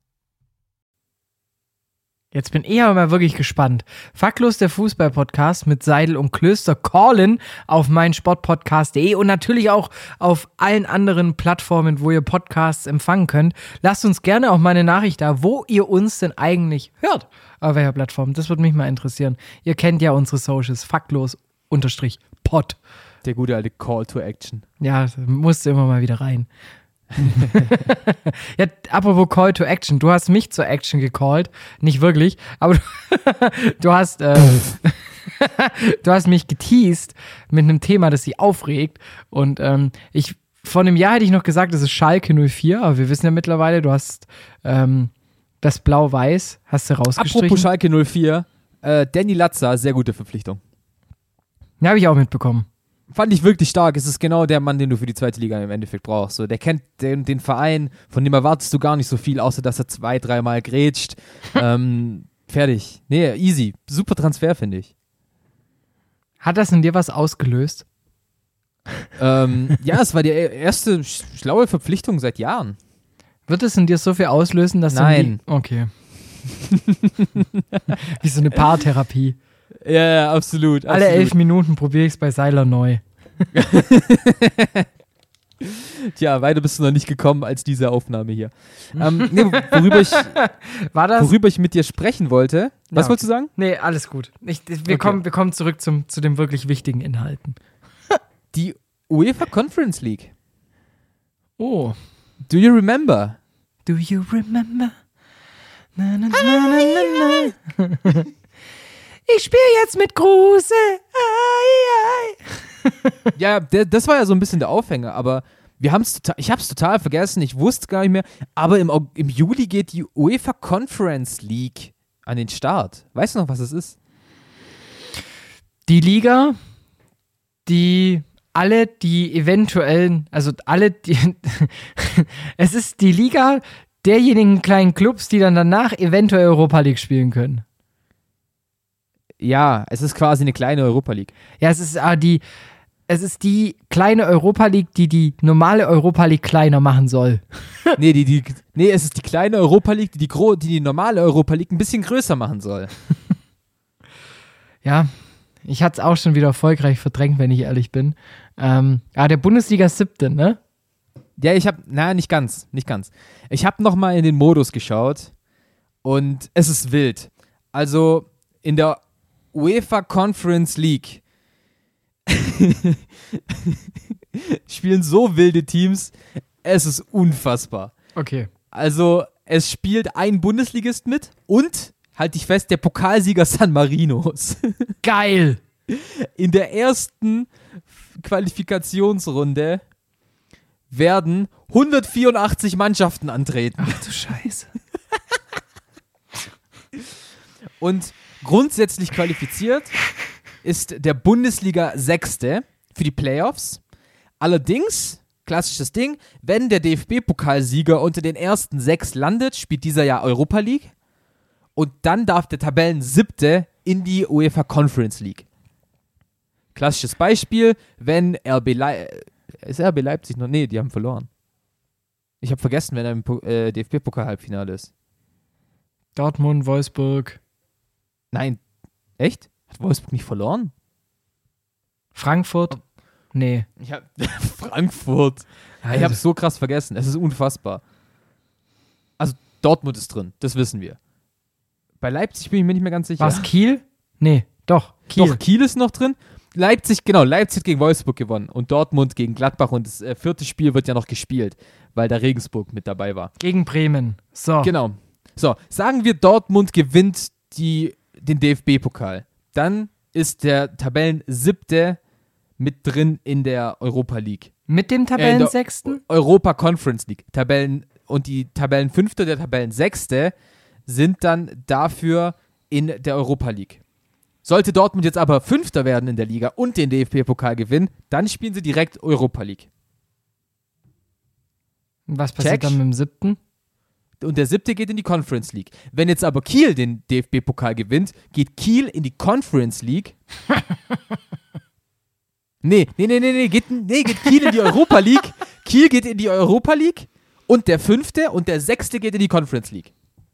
Jetzt bin ich aber mal wirklich gespannt. Faktlos, der Fußball-Podcast mit Seidel und Klöster, callen auf meinsportpodcast.de und natürlich auch auf allen anderen Plattformen, wo ihr Podcasts empfangen könnt. Lasst uns gerne auch mal eine Nachricht da, wo ihr uns denn eigentlich hört. Auf welcher Plattform? Das würde mich mal interessieren. Ihr kennt ja unsere Socials, faktlos_pod. Der gute alte Call to Action. Ja, musste immer mal wieder rein. Ja, apropos Call to Action, du hast mich zur Action gecallt, nicht wirklich, aber du hast mich geteased mit einem Thema, das sie aufregt und vor einem Jahr hätte ich noch gesagt, das ist Schalke 04, aber wir wissen ja mittlerweile, du hast das Blau-Weiß, hast du rausgestrichen. Apropos Schalke 04, Danny Latza, sehr gute Verpflichtung. Ja, habe ich auch mitbekommen. Fand ich wirklich stark. Es ist genau der Mann, den du für die zweite Liga im Endeffekt brauchst. So, der kennt den Verein, von dem erwartest du gar nicht so viel, außer dass er 2-3 Mal grätscht. Fertig. Nee, easy. Super Transfer, finde ich. Hat das in dir was ausgelöst? Ja, es war die erste schlaue Verpflichtung seit Jahren. Wird es in dir so viel auslösen, dass Nein. Okay. Wie so eine Paartherapie. Ja, absolut. Alle 11 Minuten probiere ich es bei Seiler neu. Tja, weiter bist du noch nicht gekommen als diese Aufnahme hier. Worüber ich mit dir sprechen wollte. Was wolltest du sagen? Nee, alles gut. Wir kommen zurück zu den wirklich wichtigen Inhalten. Die UEFA Conference League. Oh. Do you remember? Do you remember? Na, na, na, na, na. Ich spiele jetzt mit Kruse. Ja, das war ja so ein bisschen der Aufhänger, aber ich habe es total vergessen, ich wusste gar nicht mehr, aber im Juli geht die UEFA Conference League an den Start. Weißt du noch, was es ist? Die Liga, die alle die eventuellen, also alle die, es ist die Liga derjenigen kleinen Clubs, die dann danach eventuell Europa League spielen können. Ja, es ist quasi eine kleine Europa League. Ja, es ist die kleine Europa League, die normale Europa League kleiner machen soll. Nee, es ist die kleine Europa League, die normale Europa League ein bisschen größer machen soll. Ja, ich hatte es auch schon wieder erfolgreich verdrängt, wenn ich ehrlich bin. Der Bundesliga 7., ne? Ja, nicht ganz. Ich habe nochmal in den Modus geschaut und es ist wild. Also in der UEFA Conference League spielen so wilde Teams, es ist unfassbar. Okay. Also es spielt ein Bundesligist mit und, halt dich fest, der Pokalsieger San Marinos. Geil! In der ersten Qualifikationsrunde werden 184 Mannschaften antreten. Ach du Scheiße. Und grundsätzlich qualifiziert ist der Bundesliga 6. für die Playoffs. Allerdings, klassisches Ding, wenn der DFB-Pokalsieger unter den ersten 6 landet, spielt dieser ja Europa League. und dann darf der Tabellen-7. in die UEFA Conference League. Klassisches Beispiel, wenn ist RB Leipzig noch? Nee, die haben verloren. Ich habe vergessen, wenn er im DFB-Pokal-Halbfinale ist. Dortmund, Wolfsburg. Nein, echt? Hat Wolfsburg nicht verloren? Frankfurt? Nee. Frankfurt. Ich habe es so krass vergessen. Es ist unfassbar. Also Dortmund ist drin, das wissen wir. Bei Leipzig bin ich mir nicht mehr ganz sicher. Was, Kiel? Nee, doch, Kiel. Doch, Kiel ist noch drin. Leipzig hat gegen Wolfsburg gewonnen und Dortmund gegen Gladbach und das 4. Spiel wird ja noch gespielt, weil da Regensburg mit dabei war. Gegen Bremen. So. Genau. So, sagen wir, Dortmund gewinnt den DFB-Pokal. Dann ist der Tabellen-7. mit drin in der Europa League. Mit dem Tabellen-6.? Europa Conference League. Und die Tabellen-5. der Tabellen-6. sind dann dafür in der Europa League. Sollte Dortmund jetzt aber 5. werden in der Liga und den DFB-Pokal gewinnen, dann spielen sie direkt Europa League. Was passiert dann mit dem 7.? Und der 7. geht in die Conference League. Wenn jetzt aber Kiel den DFB-Pokal gewinnt, geht Kiel in die Conference League. Nee, geht Kiel in die Europa League. Kiel geht in die Europa League und der 5. und der 6. geht in die Conference League.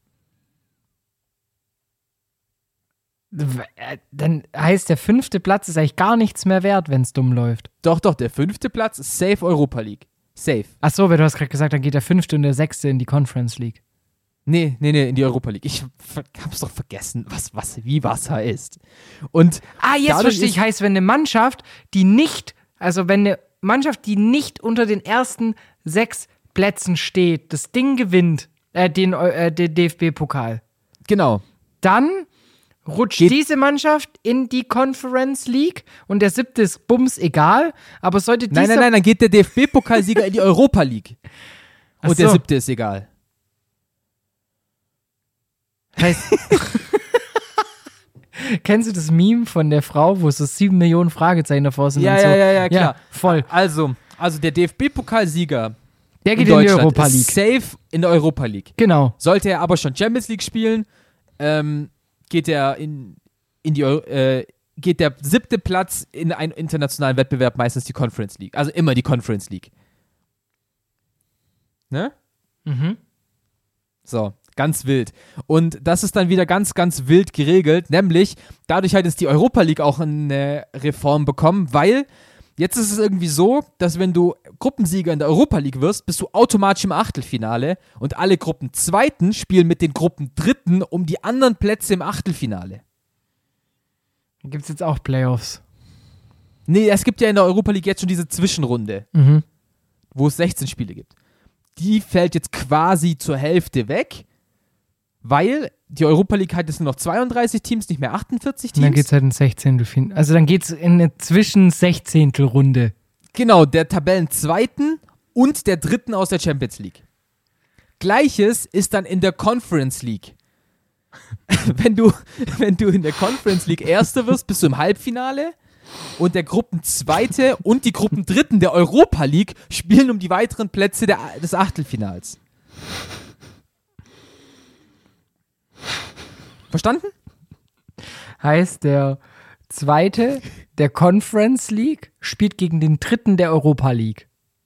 Dann heißt, der 5. Platz ist eigentlich gar nichts mehr wert, wenn es dumm läuft. Doch, der 5. Platz ist safe Europa League. Safe. Achso, weil du hast gerade gesagt, dann geht der 5. und der 6. in die Conference League. Nee, in die Europa League. Ich hab's doch vergessen, wie Wasser ist. Und jetzt verstehe ich, heißt, wenn eine Mannschaft, die nicht unter den ersten 6 Plätzen steht, das Ding gewinnt, den DFB-Pokal. Genau. Dann rutscht diese Mannschaft in die Conference League und der 7. ist bums egal, aber sollte dieser... Nein, dann geht der DFB-Pokalsieger in die Europa League. Und der 7. ist egal. Heißt, kennst du das Meme von der Frau, wo so 7 Millionen Fragezeichen davor sind? Ja, und so? ja, klar. Ja, voll. Also der DFB-Pokalsieger, der geht in die Europa League. Ist safe in der Europa League. Genau. Sollte er aber schon Champions League spielen, geht der geht der 7. Platz in einen internationalen Wettbewerb, meistens die Conference League. Also immer die Conference League. Ne? Mhm. So, ganz wild. Und das ist dann wieder ganz, ganz wild geregelt, nämlich dadurch hat jetzt die Europa League auch eine Reform bekommen, weil jetzt ist es irgendwie so, dass wenn du Gruppensieger in der Europa League wirst, bist du automatisch im Achtelfinale und alle Gruppenzweiten spielen mit den Gruppendritten um die anderen Plätze im Achtelfinale. Gibt es jetzt auch Playoffs? Nee, es gibt ja in der Europa League jetzt schon diese Zwischenrunde, wo es 16 Spiele gibt. Die fällt jetzt quasi zur Hälfte weg, weil die Europa League hat jetzt nur noch 32 Teams, nicht mehr 48 Teams. Und dann geht es halt in 16. Also dann geht es in eine Zwischen-16. Genau, der Tabellenzweiten und der Dritten aus der Champions League. Gleiches ist dann in der Conference League. Wenn du in der Conference League Erster wirst, bist du im Halbfinale und der Gruppenzweite und die Gruppendritten der Europa League spielen um die weiteren Plätze des Achtelfinals. Verstanden? Heißt, der Zweite der Conference League spielt gegen den Dritten der Europa League.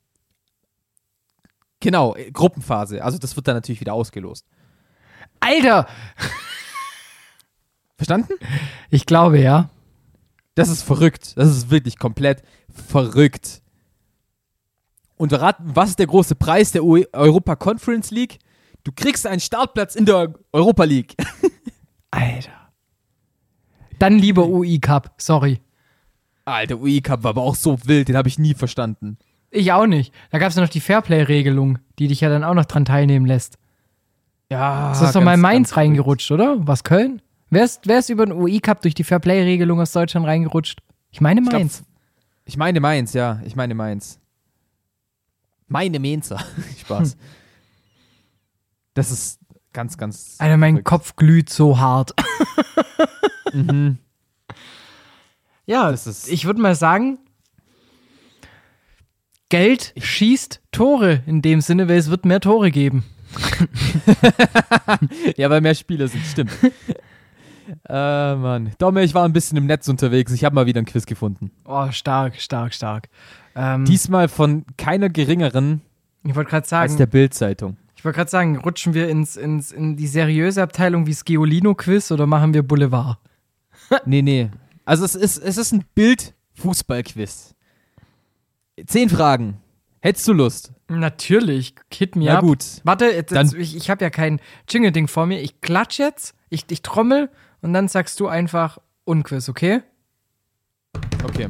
Genau, Gruppenphase. Also das wird dann natürlich wieder ausgelost. Alter! Verstanden? Ich glaube, ja. Das ist verrückt. Das ist wirklich komplett verrückt. Und raten, was ist der große Preis der Europa Conference League? Du kriegst einen Startplatz in der Europa League. Alter. Dann lieber UI Cup, sorry. Alter, UI Cup war aber auch so wild, den habe ich nie verstanden. Ich auch nicht. Da gab es ja noch die Fairplay-Regelung, die dich ja dann auch noch dran teilnehmen lässt. Ja. Das ist doch mal in Mainz reingerutscht, oder? Was, Köln? Wer ist über den UI Cup durch die Fairplay-Regelung aus Deutschland reingerutscht? Ich meine Mainz. Ich meine Mainz, ja. Ich meine Mainz. Meine Mainzer. Spaß. Das ist ganz, ganz... Alter, mein Kopf glüht so hart. Mhm. Ja, ich würde mal sagen, Geld schießt Tore in dem Sinne, weil es wird mehr Tore geben. Ja, weil mehr Spieler sind, stimmt. Mann. Domme, ich war ein bisschen im Netz unterwegs. Ich habe mal wieder ein Quiz gefunden. Oh, stark. Diesmal von keiner geringeren Ich wollte gerade als sagen, der Bild-Zeitung. rutschen wir in die seriöse Abteilung wie Skeolino-Quiz oder machen wir Boulevard? Nee. Also es ist ein Bild-Fußball-Quiz. 10 Fragen. Hättest du Lust? Natürlich, hit me Na up. gut. Warte, Dann- ich habe ja kein Jingle-Ding vor mir. Ich klatsch jetzt, ich trommel und dann sagst du einfach Unquiz, okay? Okay.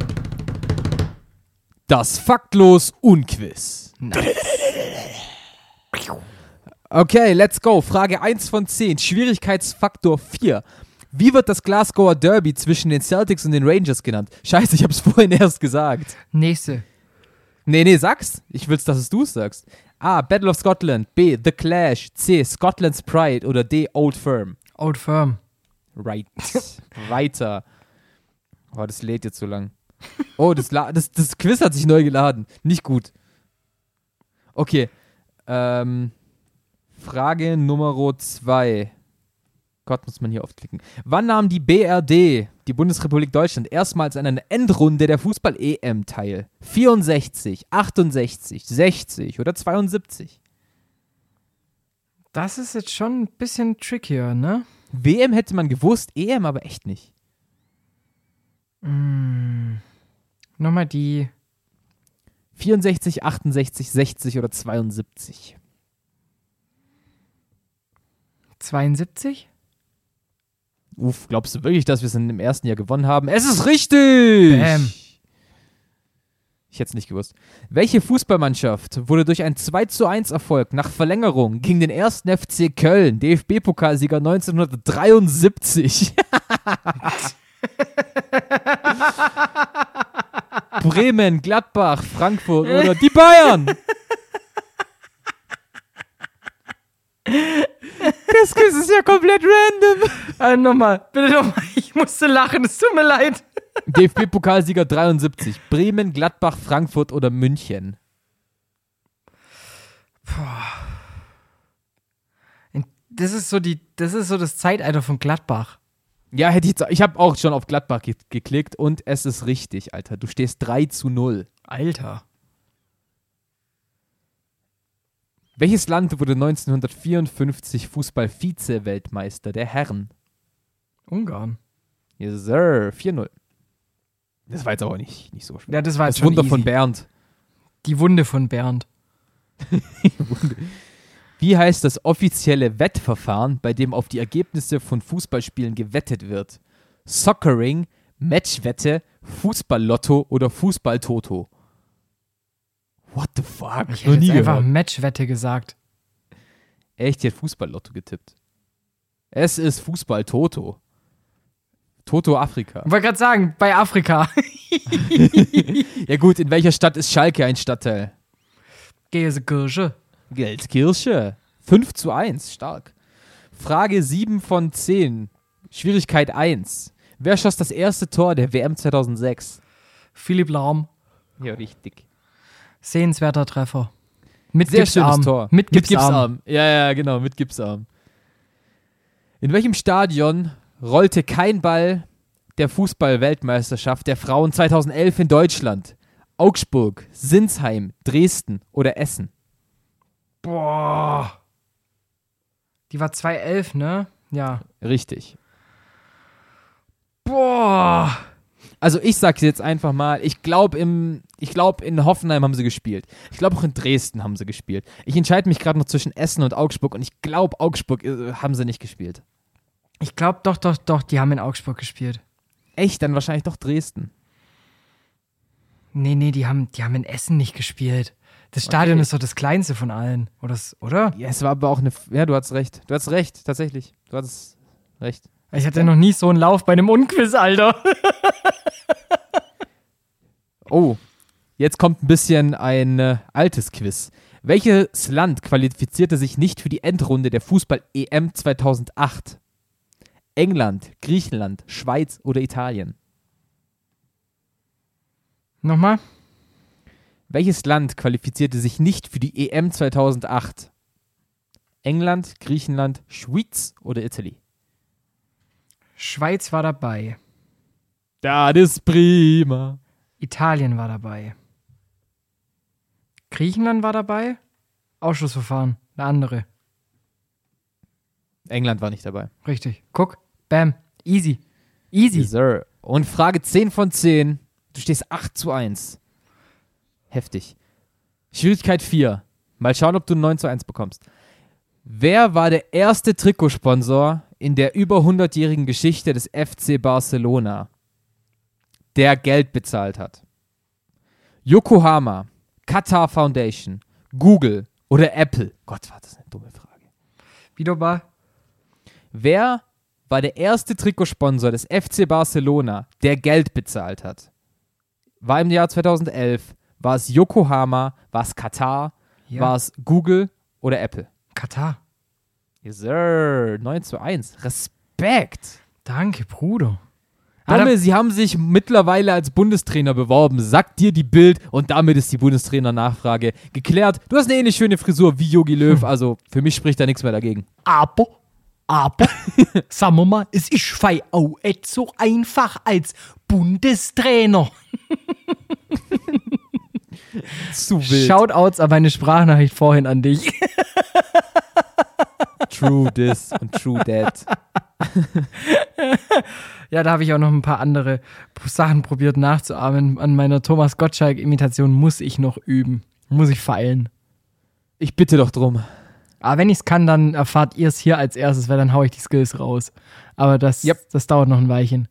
Das Faktlos Unquiz. Okay, let's go. Frage 1 von 10. Schwierigkeitsfaktor 4. Wie wird das Glasgower Derby zwischen den Celtics und den Rangers genannt? Scheiße, ich hab's vorhin erst gesagt. Nächste. Nee, sag's. Ich will's, dass du es sagst. A. Battle of Scotland. B. The Clash. C. Scotland's Pride. Oder D. Old Firm. Old Firm. Right. Weiter. Oh, das lädt jetzt so lang. Oh, das Quiz hat sich neu geladen. Nicht gut. Okay. Frage Nummer 2. Gott, muss man hier oft klicken. Wann nahm die BRD, die Bundesrepublik Deutschland, erstmals an einer Endrunde der Fußball-EM teil? 64, 68, 60 oder 72? Das ist jetzt schon ein bisschen trickier, ne? WM hätte man gewusst, EM aber echt nicht. Nochmal die 64, 68, 60 oder 72? 72? Uff, glaubst du wirklich, dass wir es im ersten Jahr gewonnen haben? Es ist richtig! Bam. Ich hätte es nicht gewusst. Welche Fußballmannschaft wurde durch einen 2:1 Erfolg nach Verlängerung gegen den 1. FC Köln, DFB-Pokalsieger 1973? Bremen, Gladbach, Frankfurt oder die Bayern? Das Quiz ist ja komplett random. Bitte nochmal. Ich musste lachen, es tut mir leid. DFB-Pokalsieger 73. Bremen, Gladbach, Frankfurt oder München? Das ist so das Zeitalter von Gladbach. Ja, ich habe auch schon auf Gladbach geklickt und es ist richtig, Alter. Du stehst 3:0. Alter. Welches Land wurde 1954 Fußball-Vize-Weltmeister der Herren? Ungarn. Yes, sir. 4:0. Das war jetzt aber nicht so schwer. Ja, das war Das jetzt schon Wunder easy. von Bernd. Die Wunde von Bernd. Wie heißt das offizielle Wettverfahren, bei dem auf die Ergebnisse von Fußballspielen gewettet wird? Soccering, Matchwette, Fußballlotto oder Fußballtoto? What the fuck? Ich hätte jetzt einfach Matchwette gesagt. Echt, ich hätte Fußballlotto getippt. Es ist Fußballtoto. Toto Afrika. Ich wollte gerade sagen, bei Afrika. Ja gut, in welcher Stadt ist Schalke ein Stadtteil? Gelsenkirchen. Gelsenkirchen. 5:1, stark. Frage 7 von 10. Schwierigkeit 1. Wer schoss das erste Tor der WM 2006? Philipp Lahm. Ja, richtig. Sehenswerter Treffer. Mit Sehr Gipsarm. schönes Tor. Mit Gipsarm. Ja, genau, mit Gipsarm. In welchem Stadion rollte kein Ball der Fußball-Weltmeisterschaft der Frauen 2011 in Deutschland? Augsburg, Sinsheim, Dresden oder Essen? Boah. Die war 2011, ne? Ja. Richtig. Boah. Also ich sag's jetzt einfach mal, ich glaube in Hoffenheim haben sie gespielt. Ich glaube auch in Dresden haben sie gespielt. Ich entscheide mich gerade noch zwischen Essen und Augsburg und ich glaube Augsburg haben sie nicht gespielt. Ich glaube doch, die haben in Augsburg gespielt. Echt? Dann wahrscheinlich doch Dresden. Nee, die haben in Essen nicht gespielt. Das Stadion ist doch das kleinste von allen, oder? Ja, es war aber auch ja, du hast recht. Du hast recht, tatsächlich. Du hattest recht. Ich hatte noch nie so einen Lauf bei einem Unquiz, Alter. Oh, jetzt kommt ein bisschen ein altes Quiz. Welches Land qualifizierte sich nicht für die Endrunde der Fußball-EM 2008? England, Griechenland, Schweiz oder Italien? Nochmal? Welches Land qualifizierte sich nicht für die EM 2008? England, Griechenland, Schweiz oder Italy? Schweiz war dabei. Das ist prima. Italien war dabei. Griechenland war dabei. Ausschlussverfahren. Eine andere. England war nicht dabei. Richtig. Guck. Bam. Easy. Easy. Yes, sir. Und Frage 10 von 10. Du stehst 8:1. Heftig. Schwierigkeit 4. Mal schauen, ob du 9:1 bekommst. Wer war der erste Trikotsponsor in der über 100-jährigen Geschichte des FC Barcelona, der Geld bezahlt hat? Yokohama, Qatar Foundation, Google oder Apple? Gott, war das eine dumme Frage. Wiederbar. Wer war der erste Trikotsponsor des FC Barcelona, der Geld bezahlt hat? War im Jahr 2011, war es Yokohama, war es Qatar, war es Google oder Apple? Katar. Yes, sir. 9:1. Respekt. Danke, Bruder. Domme, sie haben sich mittlerweile als Bundestrainer beworben, sagt dir die Bild, und damit ist die Bundestrainer-Nachfrage geklärt. Du hast eine ähnlich schöne Frisur wie Jogi Löw, also für mich spricht da nichts mehr dagegen. Aber, sagen wir mal, es ist fei auch nicht so einfach als Bundestrainer. Zu wild. Shoutouts an meine Sprachnachricht vorhin an dich. True this und true that. Ja, da habe ich auch noch ein paar andere Sachen probiert nachzuahmen. An meiner Thomas Gottschalk-Imitation muss ich noch üben. Muss ich feilen. Ich bitte doch drum. Aber wenn ich es kann, dann erfahrt ihr es hier als erstes, weil dann haue ich die Skills raus. Aber das dauert noch ein Weilchen.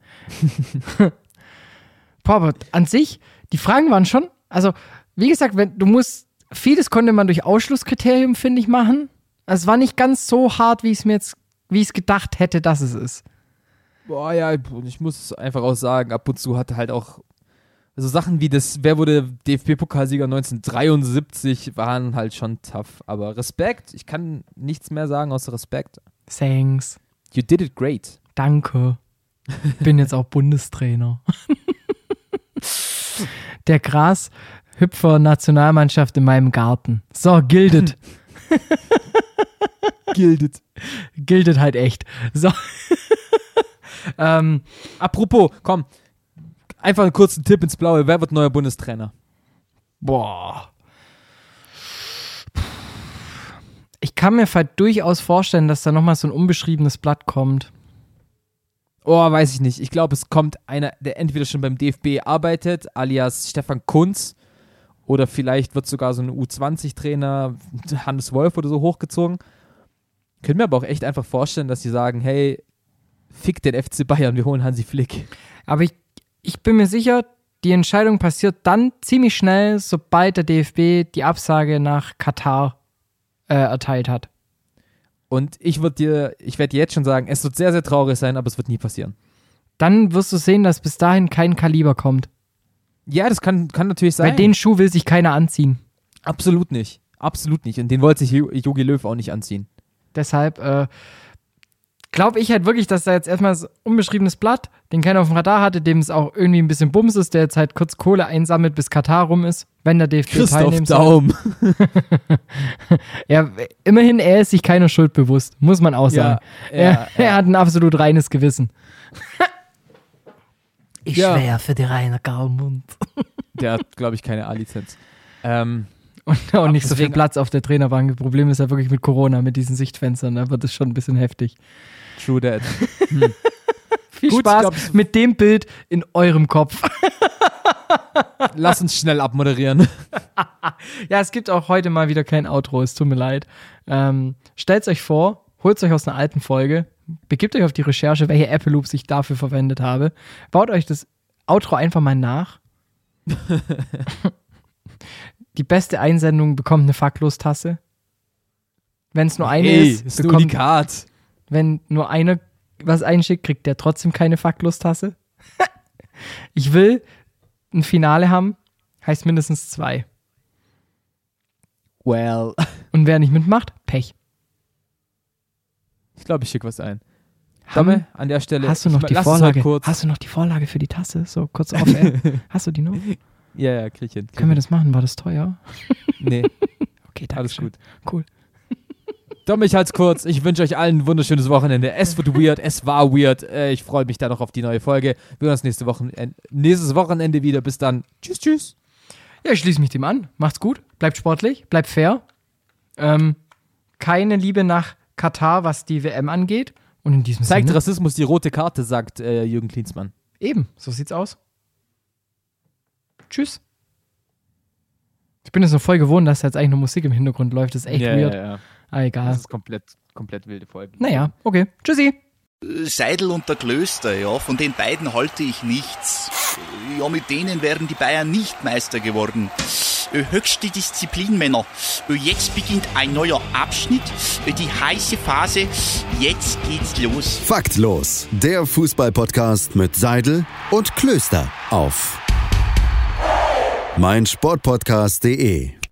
Boah, aber an sich, die Fragen waren schon, also wie gesagt, vieles konnte man durch Ausschlusskriterium, finde ich, machen. Also es war nicht ganz so hart, wie ich es gedacht hätte, dass es ist. Boah, ja, ich muss einfach auch sagen, ab und zu hatte halt auch so Sachen wie wer wurde DFB-Pokalsieger 1973, waren halt schon tough. Aber Respekt, ich kann nichts mehr sagen außer Respekt. Thanks. You did it great. Danke. Bin jetzt auch Bundestrainer. Der Grashüpfer-Nationalmannschaft in meinem Garten. So, gildet. Gildet halt echt. So. Apropos, komm, einfach einen kurzen Tipp ins Blaue. Wer wird neuer Bundestrainer? Boah. Ich kann mir durchaus vorstellen, dass da nochmal so ein unbeschriebenes Blatt kommt. Oh, weiß ich nicht. Ich glaube, es kommt einer, der entweder schon beim DFB arbeitet, alias Stefan Kuntz, oder vielleicht wird sogar so ein U20-Trainer, Hannes Wolf oder so, hochgezogen. Können mir aber auch echt einfach vorstellen, dass sie sagen, hey, fick den FC Bayern, wir holen Hansi Flick. Aber ich bin mir sicher, die Entscheidung passiert dann ziemlich schnell, sobald der DFB die Absage nach Katar erteilt hat. Und ich werde dir jetzt schon sagen, es wird sehr, sehr traurig sein, aber es wird nie passieren. Dann wirst du sehen, dass bis dahin kein Kaliber kommt. Ja, das kann natürlich sein. Bei den Schuh will sich keiner anziehen. Absolut nicht. Absolut nicht. Und den wollte sich Jogi Löw auch nicht anziehen. Deshalb glaube ich halt wirklich, dass da jetzt erstmal so ein unbeschriebenes Blatt, den keiner auf dem Radar hatte, dem es auch irgendwie ein bisschen Bums ist, der jetzt halt kurz Kohle einsammelt, bis Katar rum ist, wenn der DFB teilnehmen soll. Daum. Ja, immerhin, er ist sich keiner Schuld bewusst, muss man auch sagen. Er hat ein absolut reines Gewissen. Ich schwör für die Rainer Garmund. Der hat, glaube ich, keine A-Lizenz. Und auch nicht so viel Platz auf der Trainerbank. Das Problem ist ja wirklich mit Corona, mit diesen Sichtfenstern. Da wird es schon ein bisschen heftig. True that. Viel Spaß mit dem Bild in eurem Kopf. Lass uns schnell abmoderieren. Ja, es gibt auch heute mal wieder kein Outro, es tut mir leid. Stellt euch vor, holt euch aus einer alten Folge, begibt euch auf die Recherche, welche Apple Loops ich dafür verwendet habe. Baut euch das Outro einfach mal nach. Die beste Einsendung bekommt eine Fucklos-Tasse. Wenn es nur eine ist, bekommt, wenn nur einer was einschickt, kriegt der trotzdem keine Fucklos-Tasse. Ich will ein Finale haben, heißt mindestens 2. Well. Und wer nicht mitmacht, Pech. Ich glaube, ich schicke was ein. Dame, an der Stelle. Hast du noch die Vorlage? Hast du noch die Vorlage für die Tasse? So kurz auf. Hast du die noch? Ja, krieg ich hin. Können wir das machen? War das teuer? Nee. Okay, danke. Alles gut. Cool. Dommich halt's kurz. Ich wünsche euch allen ein wunderschönes Wochenende. Es wird weird, es war weird. Ich freue mich da noch auf die neue Folge. Wir hören uns nächstes Wochenende wieder. Bis dann. Tschüss, tschüss. Ja, ich schließe mich dem an. Macht's gut, bleibt sportlich, bleibt fair. Keine Liebe nach Katar, was die WM angeht. Und in diesem Zeigt Sinne... Rassismus die rote Karte, sagt Jürgen Klinsmann. Eben, so sieht's aus. Tschüss. Ich bin jetzt noch voll gewohnt, dass jetzt eigentlich nur Musik im Hintergrund läuft. Das ist echt weird. Ja. Ah, egal. Das ist komplett wilde Folge. Naja, okay. Tschüssi. Seidel und der Klöster, ja, von den beiden halte ich nichts. Ja, mit denen wären die Bayern nicht Meister geworden. Höchste Disziplin, Männer. Jetzt beginnt ein neuer Abschnitt. Die heiße Phase. Jetzt geht's los. Faktlos, der Fußball-Podcast mit Seidel und Klöster auf meinsportpodcast.de.